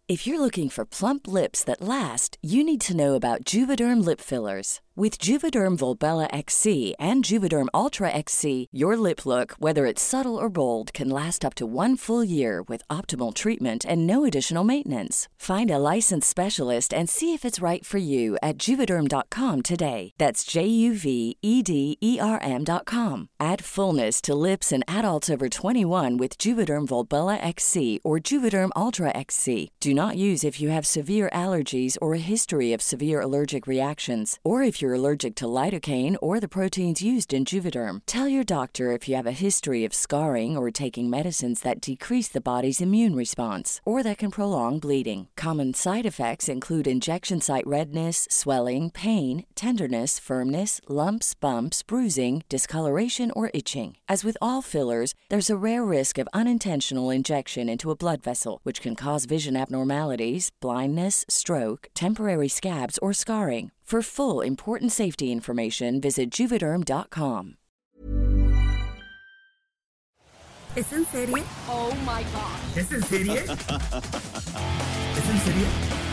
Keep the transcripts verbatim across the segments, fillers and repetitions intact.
If you're looking for plump lips that last, you need to know about Juvederm lip fillers. With Juvederm Volbella X C and Juvederm Ultra X C, your lip look, whether it's subtle or bold, can last up to one full year with optimal treatment and no additional maintenance. Find a licensed specialist and see if it's right for you at Juvederm dot com today. That's J U V E D E R M dot com. Add fullness to lips in adults over twenty-one with Juvederm Volbella X C or Juvederm Ultra X C. Do not use if you have severe allergies or a history of severe allergic reactions, or if you're allergic to lidocaine or the proteins used in Juvederm. Tell your doctor if you have a history of scarring or taking medicines that decrease the body's immune response or that can prolong bleeding. Common side effects include injection site redness, swelling, pain, tenderness, firmness, lumps, bumps, bruising, discoloration, or itching. As with all fillers, there's a rare risk of unintentional injection into a blood vessel, which can cause vision abnormalities, blindness, stroke, temporary scabs, or scarring. For full, important safety information, visit Juvederm dot com. ¿Es en serie? Oh my God. ¿Es en serie? ¿Es en serie?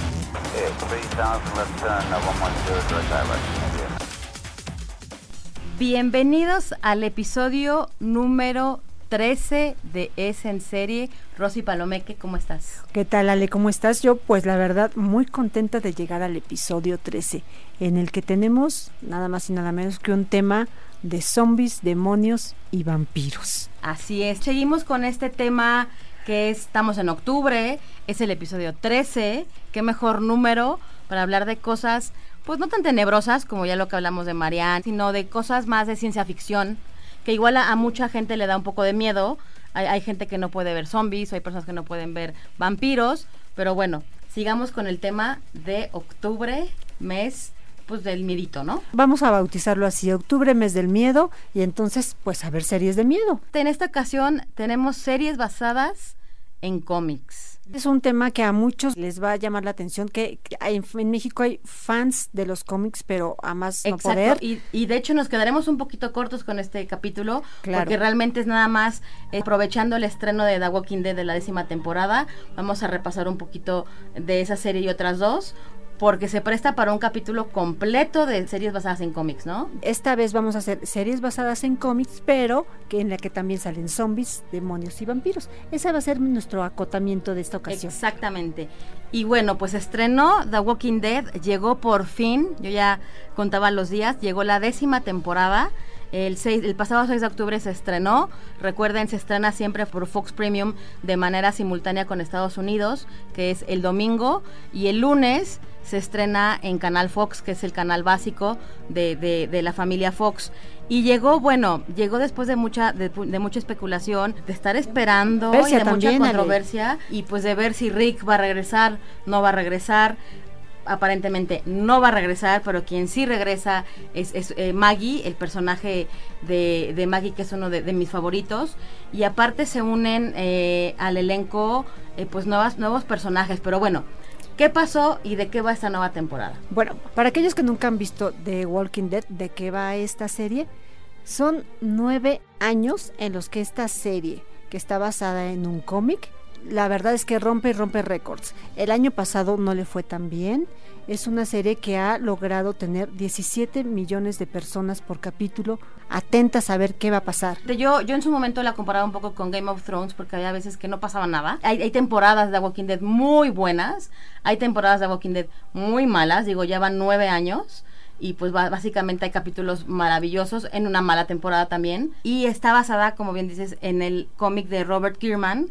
Bienvenidos al episodio número trece de Es en Serie. Rosy Palomeque, ¿cómo estás? ¿Qué tal, Ale? ¿Cómo estás? Yo, pues la verdad, muy contenta de llegar al episodio trece, en el que tenemos nada más y nada menos que un tema de zombies, demonios y vampiros. Así es, seguimos con este tema que es, estamos en octubre, es el episodio trece, qué mejor número para hablar de cosas, pues no tan tenebrosas como ya lo que hablamos de Marianne, sino de cosas más de ciencia ficción, que igual a, a mucha gente le da un poco de miedo. Hay, hay gente que no puede ver zombies, o hay personas que no pueden ver vampiros, pero bueno, sigamos con el tema de octubre, mes pues del miedito, ¿no? Vamos a bautizarlo así, octubre, mes del miedo, y entonces pues a ver series de miedo. En esta ocasión tenemos series basadas en cómics. Es un tema que a muchos les va a llamar la atención, que, que hay, en México hay fans de los cómics, pero a más no Exacto. poder. Y, y de hecho nos quedaremos un poquito cortos con este capítulo, claro, porque realmente es nada más, eh, aprovechando el estreno de The Walking Dead de la décima temporada, vamos a repasar un poquito de esa serie y otras dos, porque se presta para un capítulo completo de series basadas en cómics, ¿no? Esta vez vamos a hacer series basadas en cómics, pero que en la que también salen zombies, demonios y vampiros. Ese va a ser nuestro acotamiento de esta ocasión. Exactamente. Y bueno, pues estrenó The Walking Dead, llegó por fin, yo ya contaba los días, llegó la décima temporada. El, seis, el pasado seis de octubre se estrenó. Recuerden, se estrena siempre por Fox Premium de manera simultánea con Estados Unidos, que es el domingo, y el lunes se estrena en Canal Fox, que es el canal básico de, de, de la familia Fox. Y llegó, bueno, llegó después de mucha de, de mucha especulación, de estar esperando, y de también, mucha controversia, Ale. Y pues de ver si Rick va a regresar, no va a regresar. Aparentemente no va a regresar, pero quien sí regresa es, es eh, Maggie, el personaje de, de Maggie, que es uno de, de mis favoritos, y aparte se unen eh, al elenco eh, pues nuevas, nuevos personajes. Pero bueno, ¿qué pasó y de qué va esta nueva temporada? Bueno, para aquellos que nunca han visto The Walking Dead, ¿de qué va esta serie? Son nueve años en los que esta serie, que está basada en un cómic, la verdad es que rompe y rompe récords. El año pasado no le fue tan bien. Es una serie que ha logrado tener diecisiete millones de personas por capítulo atentas a ver qué va a pasar. Yo, yo en su momento la comparaba un poco con Game of Thrones, porque había veces que no pasaba nada. Hay, hay temporadas de The Walking Dead muy buenas, hay temporadas de The Walking Dead muy malas. Digo, ya van nueve años y pues básicamente hay capítulos maravillosos en una mala temporada también. Y está basada, como bien dices, en el cómic de Robert Kirkman,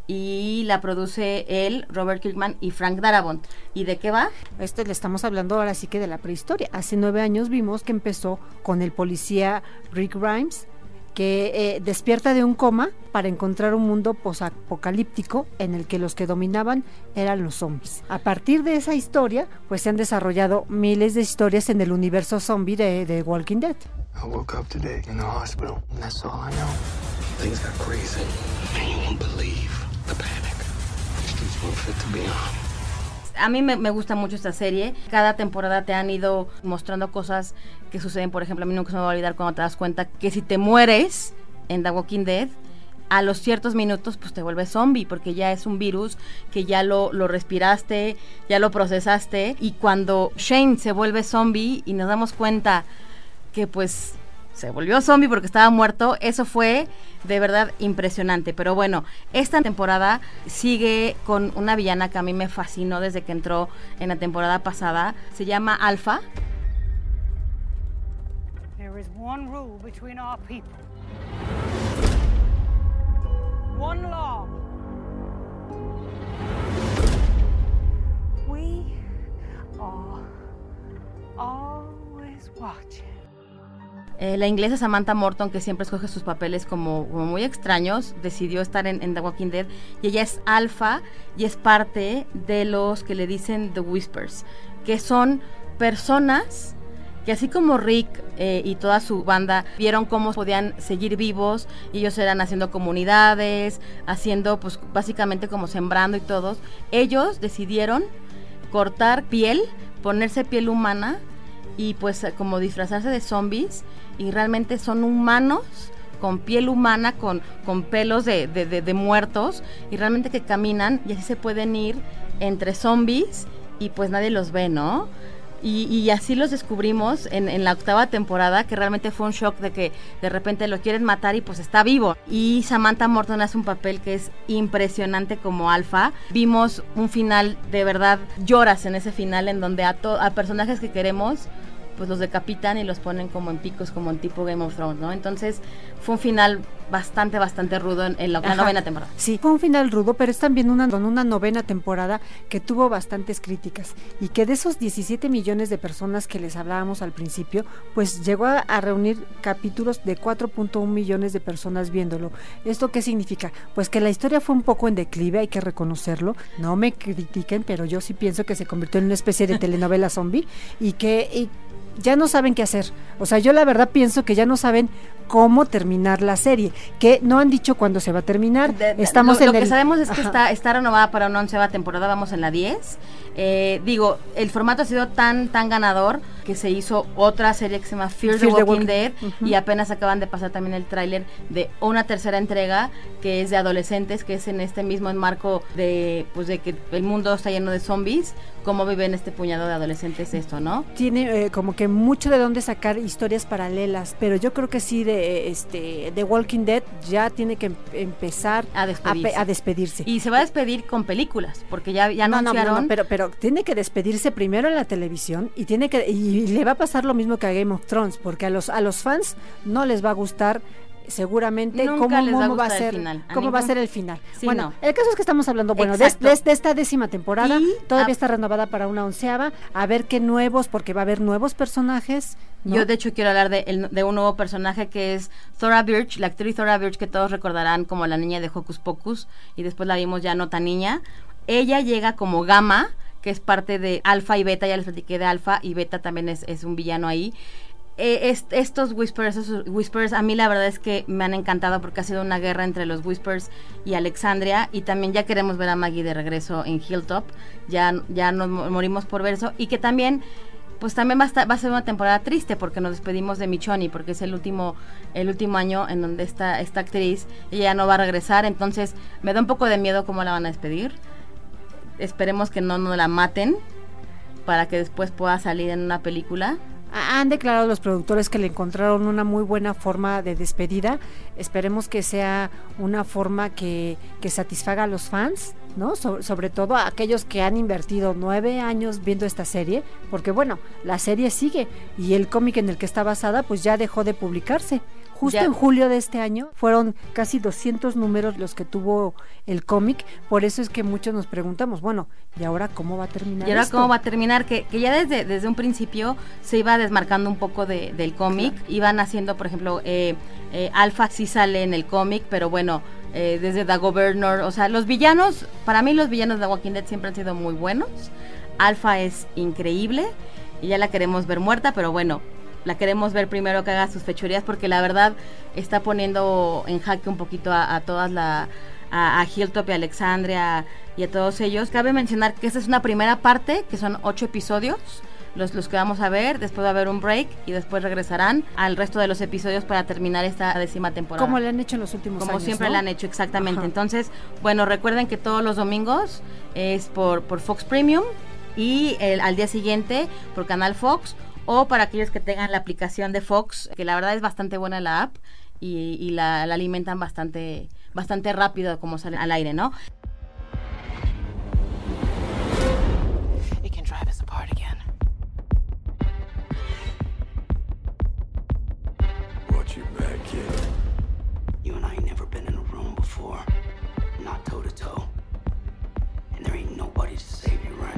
y la produce él, Robert Kirkman y Frank Darabont. ¿Y de qué va? Esto le estamos hablando ahora sí que de la prehistoria. Hace nueve años vimos que empezó con el policía Rick Grimes, que eh, despierta de un coma para encontrar un mundo posapocalíptico en el que los que dominaban eran los zombies. A partir de esa historia, pues se han desarrollado miles de historias en el universo zombie de, de Walking Dead. I woke up today in the hospital, and that's all I know. Things got crazy, and you won't believe the panic. The streets weren't fit to be on. A mí me, me gusta mucho esta serie. Cada temporada te han ido mostrando cosas que suceden. Por ejemplo, a mí nunca se me va a olvidar cuando te das cuenta que si te mueres en The Walking Dead, a los ciertos minutos pues te vuelves zombie, porque ya es un virus que ya lo, lo respiraste, ya lo procesaste, y cuando Shane se vuelve zombie y nos damos cuenta que pues se volvió zombie porque estaba muerto, eso fue de verdad impresionante. Pero bueno, esta temporada sigue con una villana que a mí me fascinó desde que entró en la temporada pasada, se llama Alpha. There is one rule between our people. One law. We are always watching. Eh, la inglesa Samantha Morton, que siempre escoge sus papeles como, como muy extraños, decidió estar en, en The Walking Dead, y ella es Alpha y es parte de los que le dicen The Whispers, que son personas que así como Rick eh, y toda su banda vieron cómo podían seguir vivos, y ellos eran haciendo comunidades, haciendo pues básicamente como sembrando y todos, ellos decidieron cortar piel, ponerse piel humana y pues como disfrazarse de zombies, y realmente son humanos con piel humana, con, con pelos de, de, de, de muertos, y realmente que caminan y así se pueden ir entre zombies y pues nadie los ve, ¿no? Y, y así los descubrimos en, en la octava temporada, que realmente fue un shock de que de repente lo quieren matar y pues está vivo. Y Samantha Morton hace un papel que es impresionante como Alpha. Vimos un final, de verdad, lloras en ese final, en donde a, to- a personajes que queremos, pues los decapitan y los ponen como en picos, como en tipo Game of Thrones, ¿no? Entonces fue un final bastante, bastante rudo en, en la, la novena temporada. Sí, fue un final rudo, pero es también una, una novena temporada que tuvo bastantes críticas, y que de esos diecisiete millones de personas que les hablábamos al principio, pues llegó a, a reunir capítulos de cuatro punto uno millones de personas viéndolo. ¿Esto qué significa? Pues que la historia fue un poco en declive, hay que reconocerlo, no me critiquen, pero yo sí pienso que se convirtió en una especie de telenovela zombie, y que... Y, ya no saben qué hacer. O sea, yo la verdad pienso que ya no saben cómo terminar la serie, que no han dicho cuándo se va a terminar. De, de, Estamos lo, en lo el... que sabemos es Ajá. que está, está renovada para una onceava temporada, vamos en la diez. Eh, digo, el formato ha sido tan tan ganador que se hizo otra serie que se llama Fear, Fear the Walking, Walking Dead, uh-huh. Y apenas acaban de pasar también el tráiler de una tercera entrega que es de adolescentes, que es en este mismo enmarco de pues de que el mundo está lleno de zombies, cómo viven este puñado de adolescentes esto, ¿no? Tiene eh, como que mucho de dónde sacar historias paralelas, pero yo creo que sí de este The Walking Dead ya tiene que em- empezar a despedirse. A, pe- a despedirse. Y se va a despedir con películas, porque ya, ya no, anunciaron... No, no, no, pero, pero tiene que despedirse primero en la televisión, y tiene que y le va a pasar lo mismo que a Game of Thrones, porque a los a los fans no les va a gustar seguramente Nunca cómo, les va a cómo va a gustar ser el final. A cómo ningún... va a ser el final. Sí, bueno, no. el caso es que estamos hablando bueno de, de, de esta décima temporada, y todavía a... está renovada para una onceava, a ver qué nuevos, porque va a haber nuevos personajes, ¿no? Yo de hecho quiero hablar de, el, de un nuevo personaje que es Thora Birch, la actriz Thora Birch, que todos recordarán como la niña de Hocus Pocus, y después la vimos ya no tan niña. Ella llega como Gamma, que es parte de Alpha y Beta, ya les platiqué de Alpha, y Beta también es, es un villano ahí. Eh, est, estos Whispers, esos Whispers, a mí la verdad es que me han encantado, porque ha sido una guerra entre los Whispers y Alexandria, y también ya queremos ver a Maggie de regreso en Hilltop, ya, ya nos morimos por ver eso, y que también pues también va a, estar, va a ser una temporada triste, porque nos despedimos de Michonne, porque es el último el último año en donde esta, esta actriz, ella ya no va a regresar, entonces me da un poco de miedo cómo la van a despedir. Esperemos que no nos la maten para que después pueda salir en una película. Han declarado los productores que le encontraron una muy buena forma de despedida. Esperemos que sea una forma que, que satisfaga a los fans, ¿no? So, sobre todo a aquellos que han invertido nueve años viendo esta serie, porque bueno, la serie sigue, y el cómic en el que está basada pues ya dejó de publicarse. Justo ya. En julio de este año fueron casi doscientos números los que tuvo el cómic, por eso es que muchos nos preguntamos, bueno, ¿y ahora cómo va a terminar ¿Y ahora esto? cómo va a terminar? Que, que ya desde, desde un principio se iba desmarcando un poco de, del cómic, claro. Iban haciendo, por ejemplo, eh, eh, Alpha sí sale en el cómic, pero bueno, eh, desde The Governor, o sea, los villanos, para mí los villanos de The Walking Dead siempre han sido muy buenos. Alpha es increíble, y ya la queremos ver muerta, pero bueno, la queremos ver primero que haga sus fechorías, porque la verdad está poniendo en jaque un poquito a, a todas la a, a Hilltop y a Alexandria y a todos ellos. Cabe mencionar que esta es una primera parte, que son ocho episodios, los, los que vamos a ver, después va a haber un break y después regresarán al resto de los episodios para terminar esta décima temporada. Como le han hecho en los últimos Como años, siempre ¿no? le han hecho, exactamente. Ajá. Entonces, bueno, recuerden que todos los domingos es por, por Fox Premium y el, al día siguiente por Canal Fox, o para aquellos que tengan la aplicación de Fox, que la verdad es bastante buena la app y, y la, la alimentan bastante, bastante rápido como sale al aire, ¿no? It can drive us apart again. Watch your back, kid. You and I ain't never been in a room before, not toe to toe, and there ain't nobody to save you right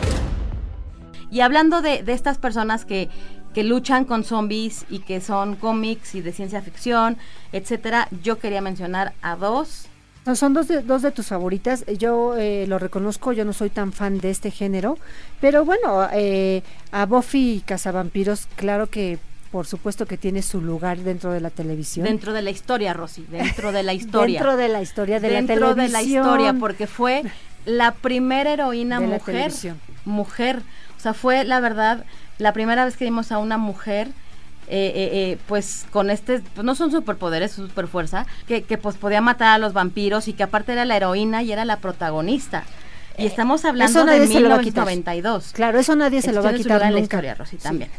now. Y hablando de, de estas personas que, que luchan con zombies y que son cómics y de ciencia ficción, etcétera, yo quería mencionar a dos. No, son dos de, dos de tus favoritas. Yo eh, lo reconozco, yo no soy tan fan de este género, pero bueno, eh, a Buffy Cazavampiros, claro que por supuesto que tiene su lugar dentro de la televisión. Dentro de la historia, Rosy, dentro de la historia. Dentro de la historia de dentro la televisión. de la historia, porque fue la primera heroína de la mujer. televisión. Mujer. O sea, fue la verdad la primera vez que vimos a una mujer, eh, eh, eh, pues con este, pues no son superpoderes, super fuerza, que, que pues podía matar a los vampiros y que aparte era la heroína y era la protagonista. Y estamos hablando de mil novecientos noventa y dos. Claro, eso nadie se lo va a quitar nunca. En la historia, Rosy, también.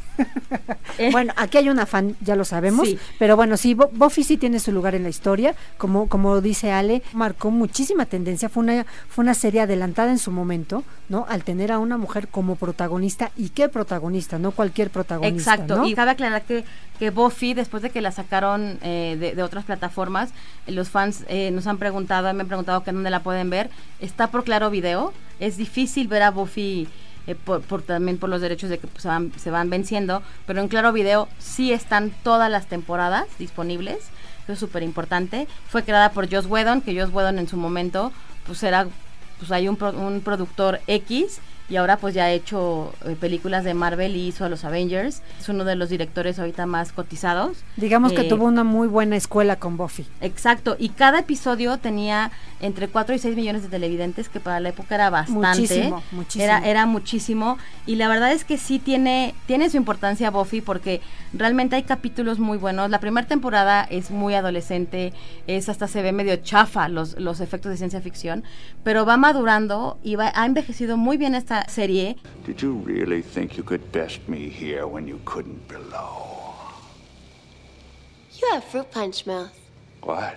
eh. Bueno, aquí hay una fan, ya lo sabemos, sí. Pero bueno, sí, Buffy sí tiene su lugar en la historia, como como dice Ale, marcó muchísima tendencia, fue una fue una serie adelantada en su momento, ¿no? Al tener a una mujer como protagonista, y qué protagonista, no cualquier protagonista, exacto, ¿no? Y cabe aclarar que, que Buffy, después de que la sacaron eh, de, de otras plataformas, eh, los fans eh, nos han preguntado, me han preguntado que dónde la pueden ver, está por Claro Video. Es difícil ver a Buffy eh, por, por también por los derechos de que pues, se, van, se van venciendo, pero en Claro Video sí están todas las temporadas disponibles. Eso es súper importante. Fue creada por Joss Whedon, que Joss Whedon en su momento pues era pues hay un, pro, un productor X, y ahora pues ya ha hecho eh, películas de Marvel y hizo a los Avengers. Es uno de los directores ahorita más cotizados. Digamos eh, que tuvo una muy buena escuela con Buffy. Exacto, y cada episodio tenía entre cuatro y seis millones de televidentes, que para la época era bastante. Muchísimo, muchísimo. Era, era muchísimo, y la verdad es que sí tiene, tiene su importancia Buffy, porque realmente hay capítulos muy buenos. La primera temporada es muy adolescente, es hasta se ve medio chafa los, los efectos de ciencia ficción, pero va madurando y va, ha envejecido muy bien esta serie. Did you really think you could best me here when you couldn't below? You have fruit punch mouth. What?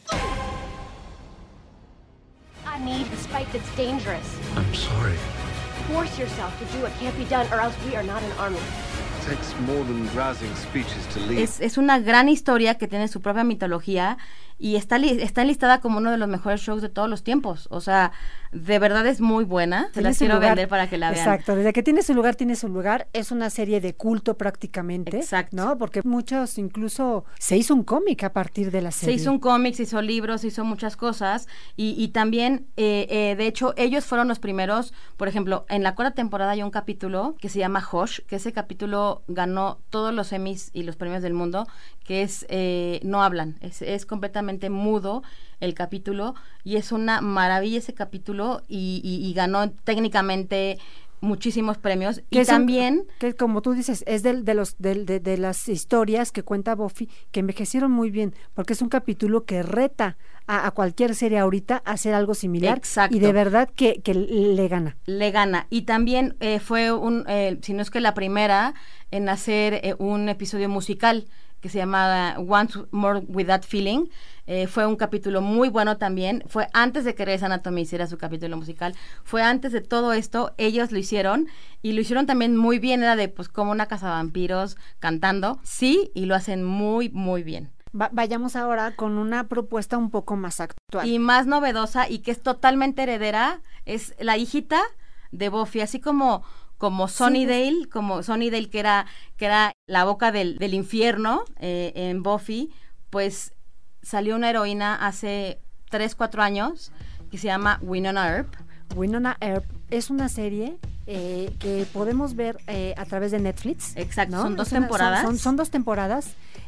I need the spike that's dangerous. I'm sorry. Force yourself to do what can't be done, or else we are not an army. It takes more than rousing speeches to lead. Es, es una gran historia que tiene su propia mitología y está, li- está enlistada como uno de los mejores shows de todos los tiempos. O sea, de verdad es muy buena. Se las quiero vender para que la vean. Exacto, desde que tiene su lugar, tiene su lugar. Es una serie de culto prácticamente. Exacto. ¿No? Porque muchos, incluso, se hizo un cómic a partir de la serie. Se hizo un cómic, se hizo libros, se hizo muchas cosas. Y, y también, eh, eh, de hecho, ellos fueron los primeros. Por ejemplo, en la cuarta temporada hay un capítulo que se llama Hush, que ese capítulo ganó todos los Emmys y los premios del mundo, que es, eh, no hablan, es, es completamente mudo el capítulo, y es una maravilla ese capítulo, y, y, y ganó técnicamente muchísimos premios. Y también un, que como tú dices, es de, de los de, de, de las historias que cuenta Buffy que envejecieron muy bien, porque es un capítulo que reta a, a cualquier serie ahorita a hacer algo similar. Exacto. Y de verdad que, que le gana. Le gana. Y también eh, fue un, eh, si no es que la primera en hacer eh, un episodio musical que se llama Once More With That Feeling. Eh, fue un capítulo muy bueno también. Fue antes de que Grey's Anatomy hiciera su capítulo musical. Fue antes de todo esto. Ellos lo hicieron. Y lo hicieron también muy bien. Era de, pues, como una cazavampiros cantando. Sí, y lo hacen muy, muy bien. Va- vayamos ahora con una propuesta un poco más actual. Y más novedosa, y que es totalmente heredera. Es la hijita de Buffy. Así como... como Sunnydale, sí, como Sunnydale que era que era la boca del, del infierno eh, en Buffy, pues salió una heroína hace tres, cuatro años que se llama Wynonna Earp. Wynonna Earp es una serie eh, que podemos ver eh, a través de Netflix. Exacto, ¿no? son dos es una, temporadas. Son, son, son dos temporadas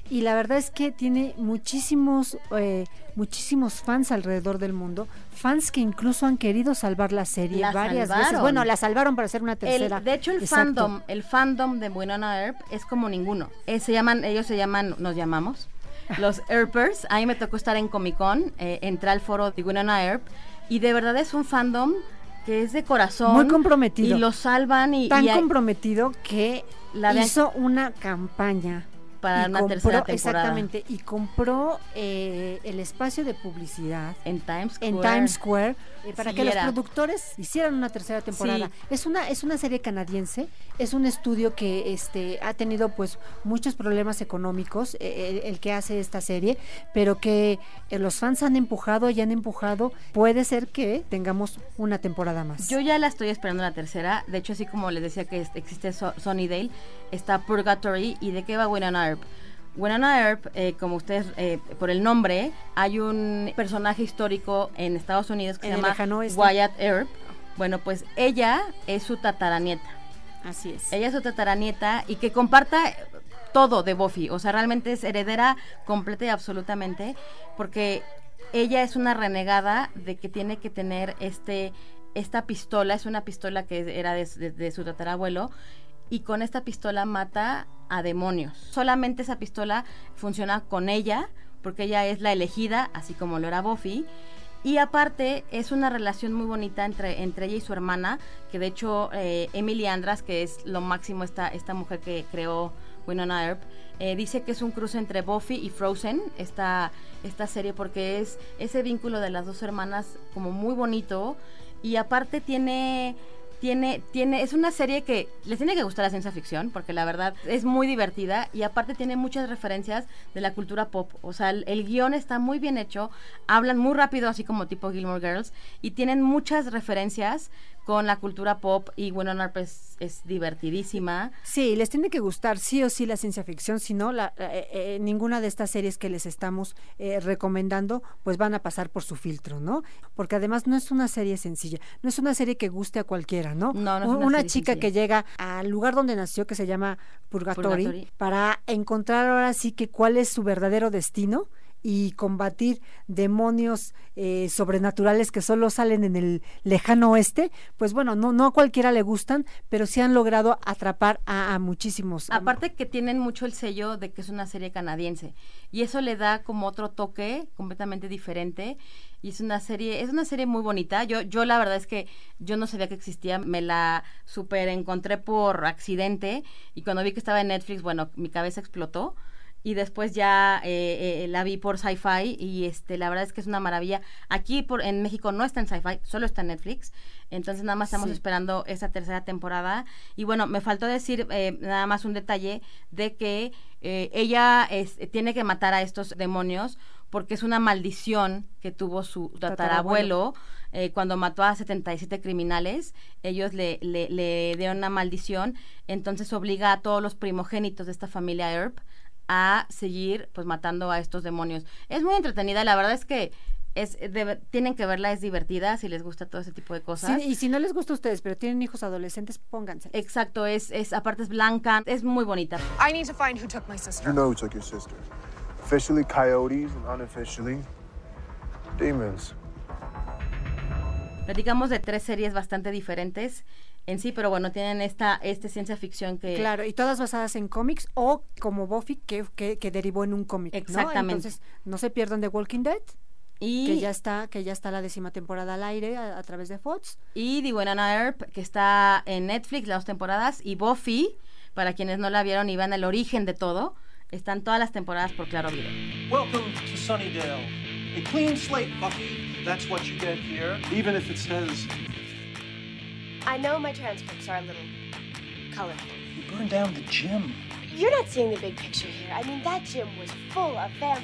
y la verdad es que tiene muchísimos eh, muchísimos fans alrededor del mundo, fans que incluso han querido salvar la serie la varias salvaron. veces. Bueno, la salvaron para hacer una tercera. El, de hecho, el Exacto. fandom, el fandom de Winona Earp es como ninguno. Eh, se llaman, ellos se llaman, nos llamamos los Earpers. A mí me tocó estar en Comic Con, eh, entré al foro de Winona Earp y de verdad es un fandom que es de corazón. Muy comprometido. Y lo salvan y... Tan y hay, comprometido que la de, hizo una campaña. Para y una compró, tercera temporada. Exactamente, y compró eh, el espacio de publicidad en Times Square, en Times Square eh, para sí, que era. los productores hicieran una tercera temporada. Sí. Es una es una serie canadiense, es un estudio que este ha tenido pues muchos problemas económicos, eh, el, el que hace esta serie, pero que eh, los fans han empujado y han empujado. Puede ser que tengamos una temporada más. Yo ya la estoy esperando la tercera. De hecho, así como les decía que existe so- Sunnydale, está Purgatory. ¿Y de qué va Winona Earp? Winona Earp, eh, como ustedes, eh, por el nombre, hay un personaje histórico en Estados Unidos que en se llama oeste. Wyatt Earp. Bueno, pues ella es su tataranieta. Así es. Ella es su tataranieta y que comparta todo de Buffy. O sea, realmente es heredera completa y absolutamente, porque ella es una renegada de que tiene que tener este esta pistola. Es una pistola que era de, de, de su tatarabuelo. Y con esta pistola mata a demonios. Solamente esa pistola funciona con ella, porque ella es la elegida, así como lo era Buffy. Y aparte, es una relación muy bonita entre, entre ella y su hermana, que de hecho, eh, Emily Andras, que es lo máximo esta, esta mujer que creó Winona Earp, eh, dice que es un cruce entre Buffy y Frozen, esta, esta serie, porque es ese vínculo de las dos hermanas como muy bonito. Y aparte tiene... Tiene, tiene, es una serie que les tiene que gustar la ciencia ficción, porque la verdad es muy divertida y aparte tiene muchas referencias de la cultura pop. O sea, el, el guión está muy bien hecho, hablan muy rápido, así como tipo Gilmore Girls, y tienen muchas referencias con la cultura pop, y Winona Earp es, es divertidísima. Sí, les tiene que gustar sí o sí la ciencia ficción, si no, la, eh, eh, ninguna de estas series que les estamos eh, recomendando, pues van a pasar por su filtro, ¿no? Porque además no es una serie sencilla, no es una serie que guste a cualquiera, ¿no? No, no es una, una una serie chica sencilla. que llega al lugar donde nació, que se llama Purgatory, Purgatory, para encontrar ahora sí que cuál es su verdadero destino y combatir demonios eh, sobrenaturales que solo salen en el lejano oeste. Pues bueno, no no a cualquiera le gustan, pero sí han logrado atrapar a, a muchísimos. Aparte que tienen mucho el sello de que es una serie canadiense, y eso le da como otro toque completamente diferente, y es una serie, es una serie muy bonita. Yo, yo la verdad es que yo no sabía que existía, me la super encontré por accidente, y cuando vi que estaba en Netflix, bueno, mi cabeza explotó. Y después ya eh, eh, la vi por Sci-Fi y este la verdad es que es una maravilla. Aquí por en México no está en Sci-Fi, solo está en Netflix. Entonces nada más estamos Sí. esperando esa tercera temporada. Y bueno, me faltó decir eh, nada más un detalle de que eh, ella es, tiene que matar a estos demonios porque es una maldición que tuvo su tatarabuelo. Eh, cuando mató a setenta y siete criminales, ellos le, le, le dieron una maldición. Entonces obliga a todos los primogénitos de esta familia Earp a seguir pues matando a estos demonios. Es muy entretenida, la verdad es que es de, tienen que verla, es divertida si les gusta todo ese tipo de cosas. Sí, y si no les gusta a ustedes, pero tienen hijos adolescentes, pónganse. Exacto, es, es aparte es blanca, es muy bonita. I need to find who took my sister. You know who took your sister. Officially coyotes and unofficially demons. Platicamos de tres series bastante diferentes en sí, pero bueno, tienen esta este ciencia ficción que... Claro, y todas basadas en cómics o como Buffy, que, que, que derivó en un cómic, ¿no? Exactamente. Entonces, no se pierdan de Walking Dead, y que ya está que ya está la décima temporada al aire a, a través de Fox. Y The Winona Earp, que está en Netflix, las dos temporadas, y Buffy, para quienes no la vieron y van al origen de todo, están todas las temporadas por Claro Video. Welcome to Sunnydale. A clean slate, Buffy. That's what you get here, even if it says... I know my transcripts are a little colorful. You burned down the gym. You're not seeing the big picture here. I mean, that gym was full of vamp...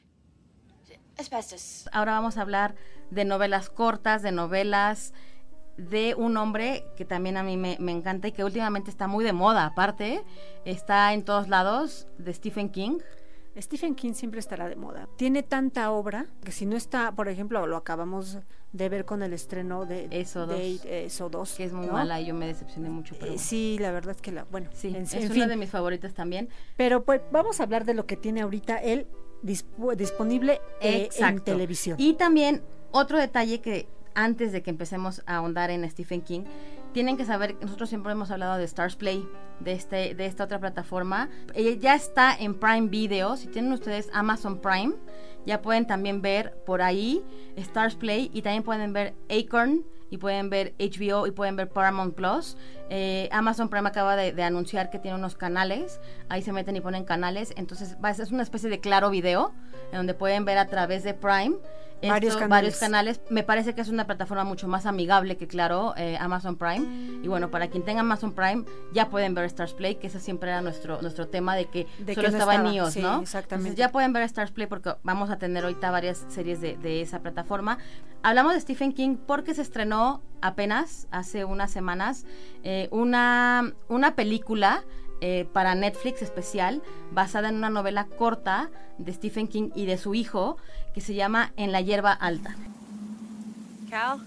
asbestos. Ahora vamos a hablar de novelas cortas, de novelas de un hombre que también a mí me, me encanta y que últimamente está muy de moda, aparte, está en todos lados, de Stephen King. Stephen King siempre estará de moda. Tiene tanta obra que si no está, por ejemplo, lo acabamos de ver con el estreno de Eso dos, de Eso dos, que es muy ¿no? mala y yo me decepcioné mucho. Pero eh, bueno. Sí, la verdad es que la, bueno, sí, en, es en una fin. de mis favoritas también. Pero pues vamos a hablar de lo que tiene ahorita él disp- disponible eh, en televisión. Y también otro detalle que antes de que empecemos a ahondar en Stephen King, tienen que saber que nosotros siempre hemos hablado de Stars Play, de este de esta otra plataforma. Ella ya está en Prime Video. Si tienen ustedes Amazon Prime, ya pueden también ver por ahí Stars Play, y también pueden ver Acorn, y pueden ver H B O, y pueden ver Paramount Plus. Eh, Amazon Prime acaba de, de anunciar que tiene unos canales, ahí se meten y ponen canales, entonces va, es una especie de Claro Video, en donde pueden ver a través de Prime Esto, varios, canales. varios canales. Me parece que es una plataforma mucho más amigable que Claro, eh, Amazon Prime. Y bueno, para quien tenga Amazon Prime, ya pueden ver Stars Play, que ese siempre era nuestro nuestro tema de que de solo que no estaba, estaba en iOS, sí, ¿no? Exactamente. Entonces ya pueden ver Stars Play porque vamos a tener ahorita varias series de, de esa plataforma. Hablamos de Stephen King porque se estrenó apenas hace unas semanas eh, una, una película Eh, para Netflix especial, basada en una novela corta de Stephen King y de su hijo, que se llama En la hierba alta. Cal?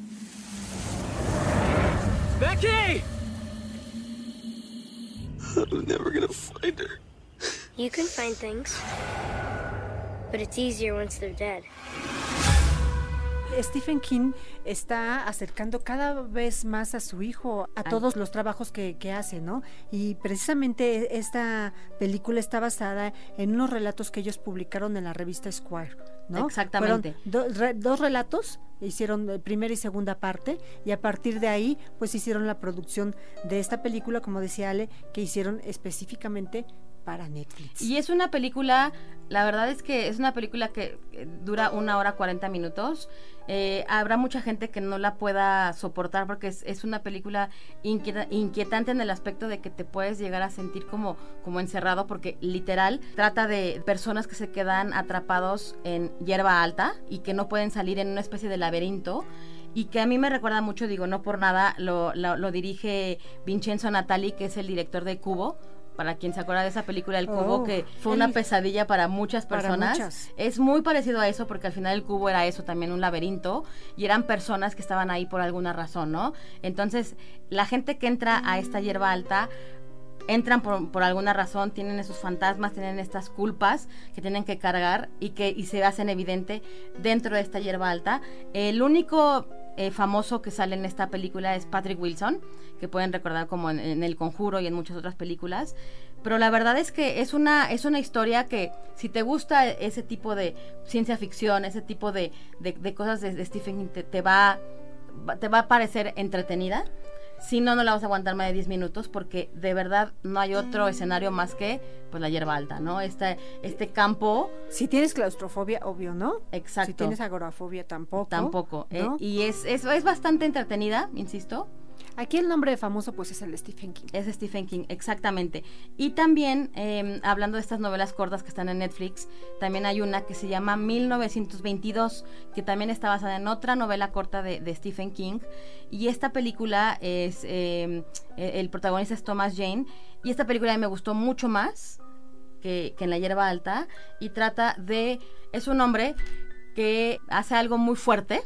Becky! I'm never gonna find her. You can find things, but it's easier once they're dead. Stephen King está acercando cada vez más a su hijo a todos los trabajos que, que hace, ¿no? Y precisamente esta película está basada en unos relatos que ellos publicaron en la revista Squire, ¿no? Exactamente. Fueron do, re, dos relatos, hicieron primera y segunda parte, y a partir de ahí pues hicieron la producción de esta película, como decía Ale, que hicieron específicamente para Netflix. Y es una película, la verdad es que es una película que dura una hora cuarenta minutos. Eh, habrá mucha gente que no la pueda soportar porque es, es una película inquieta, inquietante en el aspecto de que te puedes llegar a sentir como, como encerrado, porque literal trata de personas que se quedan atrapados en hierba alta y que no pueden salir en una especie de laberinto. Y que a mí me recuerda mucho, digo, no por nada, lo, lo, lo dirige Vincenzo Natali, que es el director de Cubo. Para quien se acuerda de esa película El Cubo, oh, que fue una pesadilla para muchas personas. Para muchas. Es muy parecido a eso, porque al final El Cubo era eso, también un laberinto, y eran personas que estaban ahí por alguna razón, ¿no? Entonces, la gente que entra a esta hierba alta, entran por, por alguna razón, tienen esos fantasmas, tienen estas culpas que tienen que cargar y que y se hacen evidente dentro de esta hierba alta. El único eh, famoso que sale en esta película es Patrick Wilson, que pueden recordar como en, en El Conjuro y en muchas otras películas, pero la verdad es que es una es una historia que si te gusta ese tipo de ciencia ficción, ese tipo de, de, de cosas de, de Stephen King, te, te va te va a parecer entretenida. Si no, no la vas a aguantar más de diez minutos, porque de verdad no hay otro escenario más que pues la hierba alta, ¿no? Este, este campo. Si tienes claustrofobia, obvio, ¿no? Exacto. Si tienes agorafobia, tampoco. Tampoco. ¿no? Eh, y es, es, es bastante entretenida, insisto. Aquí el nombre famoso pues es el de Stephen King. Es Stephen King, exactamente. Y también, eh, hablando de estas novelas cortas que están en Netflix, también hay una que se llama mil novecientos veintidós, que también está basada en otra novela corta de, de Stephen King. Y esta película es, eh, el protagonista es Thomas Jane, y esta película a mí me gustó mucho más que, que En la hierba alta, y trata de, es un hombre que hace algo muy fuerte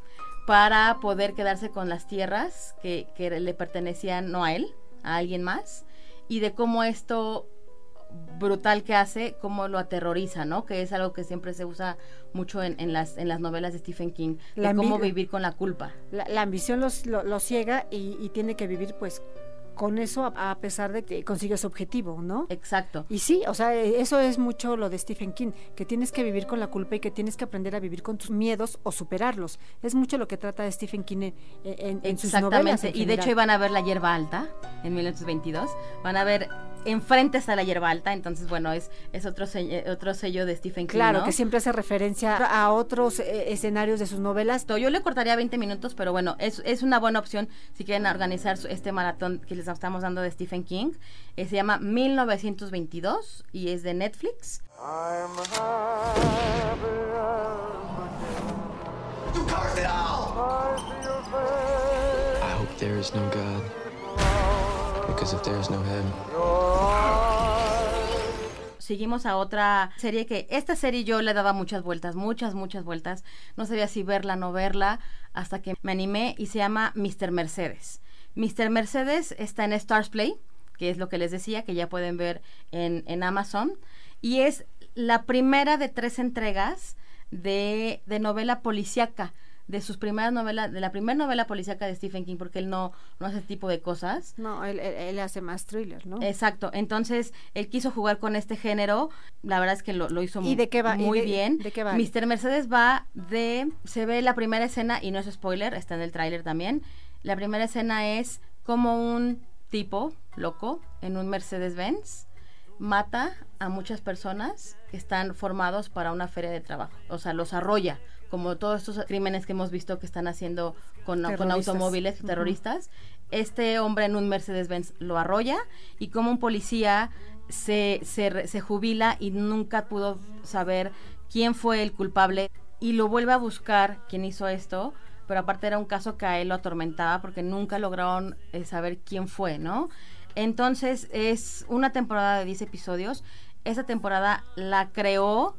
para poder quedarse con las tierras que, que le pertenecían no a él, a alguien más, y de cómo esto brutal que hace, cómo lo aterroriza, ¿no? Que es algo que siempre se usa mucho en, en las en las novelas de Stephen King, la de cómo ambi- vivir con la culpa. La, la ambición los, lo, lo ciega y, y tiene que vivir pues con eso, a, a pesar de que consigue su objetivo, ¿no? Exacto. Y sí, o sea, eso es mucho lo de Stephen King, que tienes que vivir con la culpa y que tienes que aprender a vivir con tus miedos o superarlos. Es mucho lo que trata de Stephen King en, en, en sus novelas. En y de hecho iban a ver La hierba alta en mil novecientos veintidós, van a ver enfrente está La hierba alta, entonces bueno, es es otro sello, otro sello de Stephen King, claro, ¿no? que siempre hace referencia a otros eh, escenarios de sus novelas. Yo le cortaría veinte minutos, pero bueno, es, es una buena opción si quieren organizar su, este maratón que les estamos dando de Stephen King. Eh, se llama mil novecientos veintidós y es de Netflix. I'm You caused it all! I hope there is no God, because if there is no heaven. seguimos a otra serie que esta serie yo le daba muchas vueltas, muchas, muchas vueltas. No sabía si verla, no verla, hasta que me animé y se llama mister Mercedes. mister Mercedes está en Stars Play, que es lo que les decía, que ya pueden ver en, en Amazon. Y es la primera de tres entregas de, de novela policíaca, de sus primeras novelas, de la primera novela policíaca de Stephen King, porque él no, no hace ese tipo de cosas. No, él, él, él hace más thriller, ¿no? Exacto, entonces él quiso jugar con este género, la verdad es que lo, lo hizo ¿Y de qué va? muy ¿Y de, bien. ¿De qué va? mister Mercedes va de, se ve la primera escena, y no es spoiler, está en el tráiler también, la primera escena es como un tipo loco en un Mercedes-Benz mata a muchas personas que están formados para una feria de trabajo, o sea, los arrolla, como todos estos crímenes que hemos visto que están haciendo con, con automóviles terroristas. Uh-huh. Este hombre en un Mercedes-Benz lo arrolla, y como un policía se, se, se jubila y nunca pudo saber quién fue el culpable, y lo vuelve a buscar quién hizo esto, pero aparte era un caso que a él lo atormentaba porque nunca lograron eh, saber quién fue, ¿no? Entonces es una temporada de diez episodios. Esa temporada la creó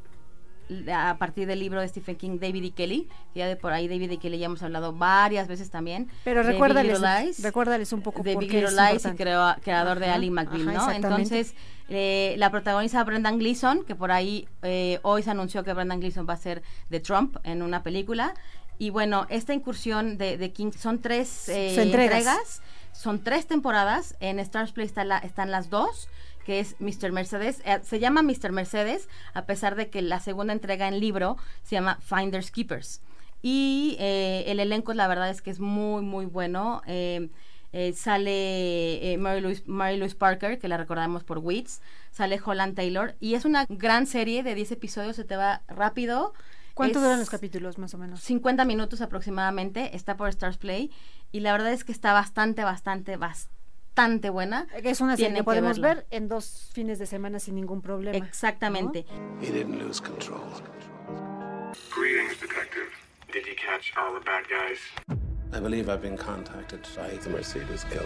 a partir del libro de Stephen King, David E. Kelly, que ya de por ahí David E. Kelly ya hemos hablado varias veces también. Pero recuérdales, Lies, recuérdales un poco de por Big qué Little es Lies, y creo, creador ajá, de Ally McBeal, ¿no? Entonces, eh, la protagoniza Brendan Gleeson, que por ahí eh, hoy se anunció que Brendan Gleeson va a ser de Trump en una película. Y bueno, esta incursión de, de King son tres eh, entregas. entregas, son tres temporadas. En Stars Play está la, están las dos, que es mister Mercedes. Eh, se llama mister Mercedes, a pesar de que la segunda entrega en libro se llama Finders Keepers. Y eh, el elenco, la verdad es que es muy, muy bueno. Eh, eh, sale eh, Mary Louise, Mary Louise Parker, que la recordamos por Weeds. Sale Holland Taylor. Y es una gran serie de diez episodios, se te va rápido. ¿Cuánto duran los capítulos, más o menos? cincuenta minutos aproximadamente, está por Stars Play, y la verdad es que está bastante, bastante, bastante buena. Es una serie que podemos que ver en dos fines de semana sin ningún problema. Exactamente. ¿No? He didn't lose control. Greetings, detective. Did you catch all the bad guys? I believe I've been contacted by the Mercedes killer.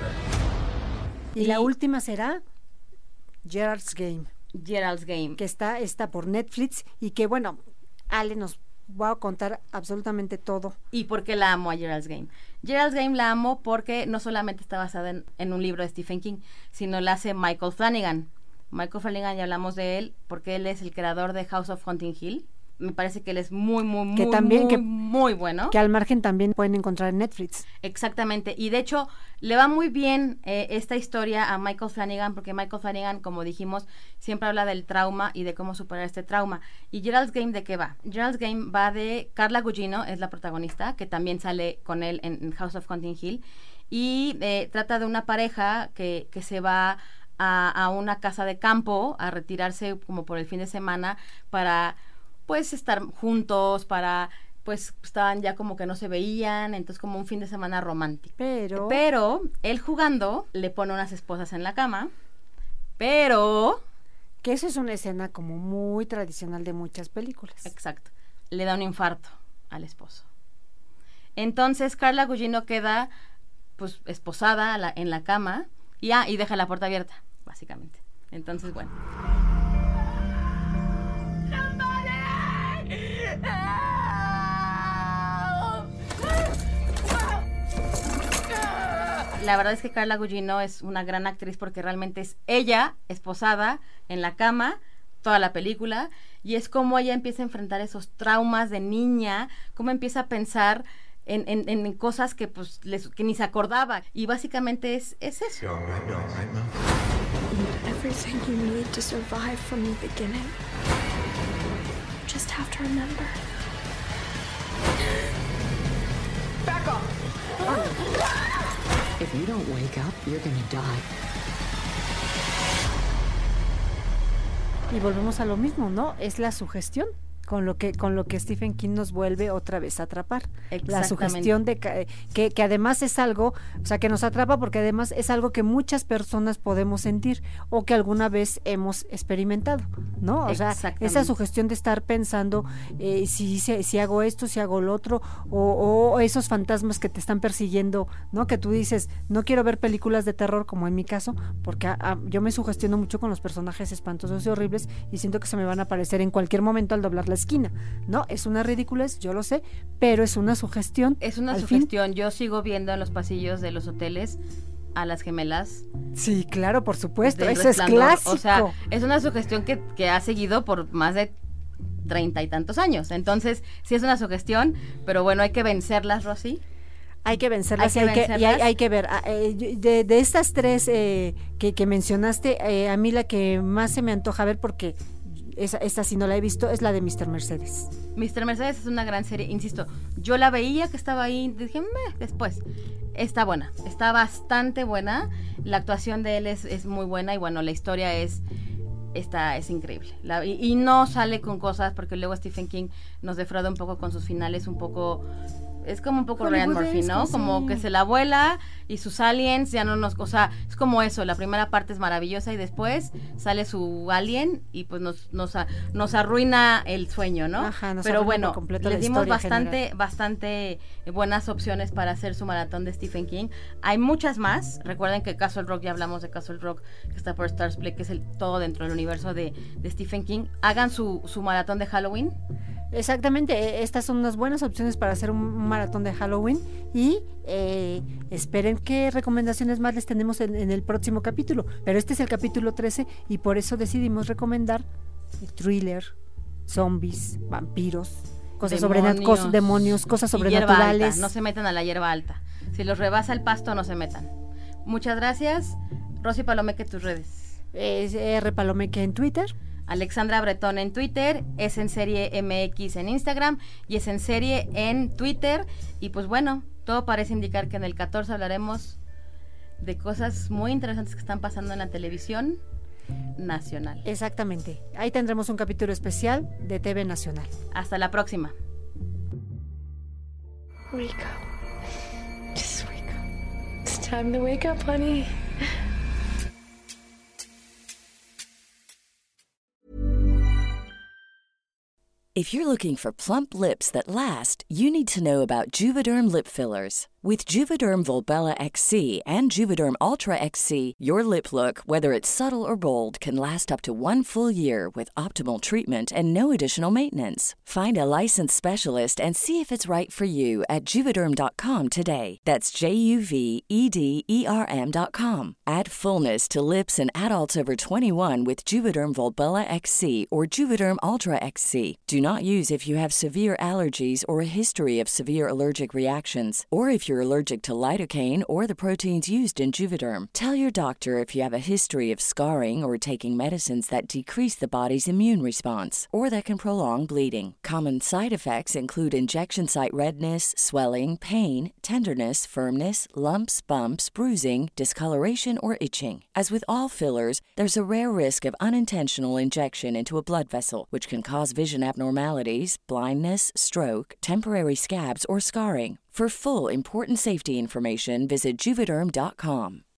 Y, y la última será Gerald's Game. Gerald's Game. Que está, está por Netflix, y que bueno, Ale nos va a contar absolutamente todo. ¿Y por qué la amo a Gerald's Game? Gerald's Game la amo porque no solamente está basada en, en un libro de Stephen King, sino la hace Michael Flanagan. Michael Flanagan, ya hablamos de él, porque él es el creador de House of Hunting Hill. Me parece que él es muy, muy, que muy, también, muy, que, muy bueno. Que al margen también pueden encontrar en Netflix. Exactamente, y de hecho le va muy bien eh, esta historia a Michael Flanagan, porque Michael Flanagan, como dijimos, siempre habla del trauma y de cómo superar este trauma. ¿Y Gerald's Game de qué va? Gerald's Game va de Carla Gugino, es la protagonista, que también sale con él en, en House of Hunting Hill, y eh, trata de una pareja que, que se va a, a una casa de campo a retirarse como por el fin de semana para pues estar juntos, para pues estaban ya como que no se veían, entonces como un fin de semana romántico. Pero pero él jugando le pone unas esposas en la cama, pero que eso es una escena como muy tradicional de muchas películas. Exacto. Le da un infarto al esposo. Entonces Carla Gugino queda pues esposada la, en la cama y ah, y deja la puerta abierta, básicamente. Entonces, bueno. La verdad es que Carla Gugino es una gran actriz porque realmente es ella, esposada, en la cama, toda la película, y es como ella empieza a enfrentar esos traumas de niña, cómo empieza a pensar en, en, en cosas que pues les, que ni se acordaba, y básicamente es, es eso. You're all right, you're all right, Mom. Everything you need to survive from the beginning. You just have to remember. Back off! If you don't wake up, you're gonna die. Y volvemos a lo mismo, ¿no? Es la sugestión. con lo que con lo que Stephen King nos vuelve otra vez a atrapar. La sugestión de que, que, que además es algo, o sea, que nos atrapa porque además es algo que muchas personas podemos sentir o que alguna vez hemos experimentado, ¿no? O sea, esa sugestión de estar pensando eh, si, si si hago esto, si hago lo otro, o, o esos fantasmas que te están persiguiendo, ¿no? Que tú dices, no quiero ver películas de terror, como en mi caso, porque a, a, yo me sugestiono mucho con los personajes espantosos y horribles y siento que se me van a aparecer en cualquier momento al doblar la esquina, ¿no? Es una ridiculez, yo lo sé, pero es una sugestión. Es una sugestión, fin. Yo sigo viendo en los pasillos de los hoteles a las gemelas. Sí, claro, por supuesto, eso es clásico. O sea, es una sugestión que, que ha seguido por más de treinta y tantos años, entonces sí es una sugestión, pero bueno, hay que vencerlas, Rosy. Hay que vencerlas, hay que, hay vencerlas. Que, y hay, hay que ver. Eh, de, de estas tres eh, que, que mencionaste, eh, a mí la que más se me antoja ver, porque esa, esta sí no la he visto, es la de míster Mercedes. míster Mercedes es una gran serie, insisto, yo la veía que estaba ahí, dije, meh, después, está buena, está bastante buena, la actuación de él es, es muy buena y bueno, la historia es, esta es increíble, la, y, y no sale con cosas, porque luego Stephen King nos defrauda un poco con sus finales, un poco... Es como un poco Ryan Murphy, ¿no? Sí. Como que se la vuela y sus aliens ya no nos... O sea, es como eso, la primera parte es maravillosa y después sale su alien y pues nos nos, nos arruina el sueño, ¿no? Ajá, nos Pero bueno, les dimos bastante, general. bastante buenas opciones para hacer su maratón de Stephen King. Hay muchas más. Recuerden que Castle Rock, ya hablamos de Castle Rock, que está por Stars Play, que es el todo dentro del universo de, de Stephen King. Hagan su, su maratón de Halloween. Exactamente, estas son unas buenas opciones para hacer un maratón de Halloween y eh, esperen qué recomendaciones más les tenemos en, en el próximo capítulo, pero este es el capítulo trece y por eso decidimos recomendar thriller, zombies, vampiros, cosas sobrenaturales, cosas, demonios, cosas sobrenaturales. No se metan a la hierba alta, si los rebasa el pasto no se metan. Muchas gracias. Rosy Palomeque, tus redes. Es R Palomeque en Twitter. Alexandra Bretón en Twitter, es en serie M X en Instagram y es en serie en Twitter. Y pues bueno, todo parece indicar que en el catorce hablaremos de cosas muy interesantes que están pasando en la televisión nacional. Exactamente, ahí tendremos un capítulo especial de T V Nacional. Hasta la próxima. Wake up. Just wake up. It's time to wake up, honey. If you're looking for plump lips that last, you need to know about Juvederm lip fillers. With Juvederm Volbella X C and Juvederm Ultra X C, your lip look, whether it's subtle or bold, can last up to one full year with optimal treatment and no additional maintenance. Find a licensed specialist and see if it's right for you at Juvederm dot com today. That's J U V E D E R M dot com. Add fullness to lips in adults over twenty-one with Juvederm Volbella X C or Juvederm Ultra X C. Do not use if you have severe allergies or a history of severe allergic reactions, or if you're allergic to lidocaine or the proteins used in Juvederm. Tell your doctor if you have a history of scarring or taking medicines that decrease the body's immune response or that can prolong bleeding. Common side effects include injection site redness, swelling, pain, tenderness, firmness, lumps, bumps, bruising, discoloration, or itching. As with all fillers, there's a rare risk of unintentional injection into a blood vessel, which can cause vision abnormalities, blindness, stroke, temporary scabs, or scarring. For full, important safety information, visit Juvederm dot com.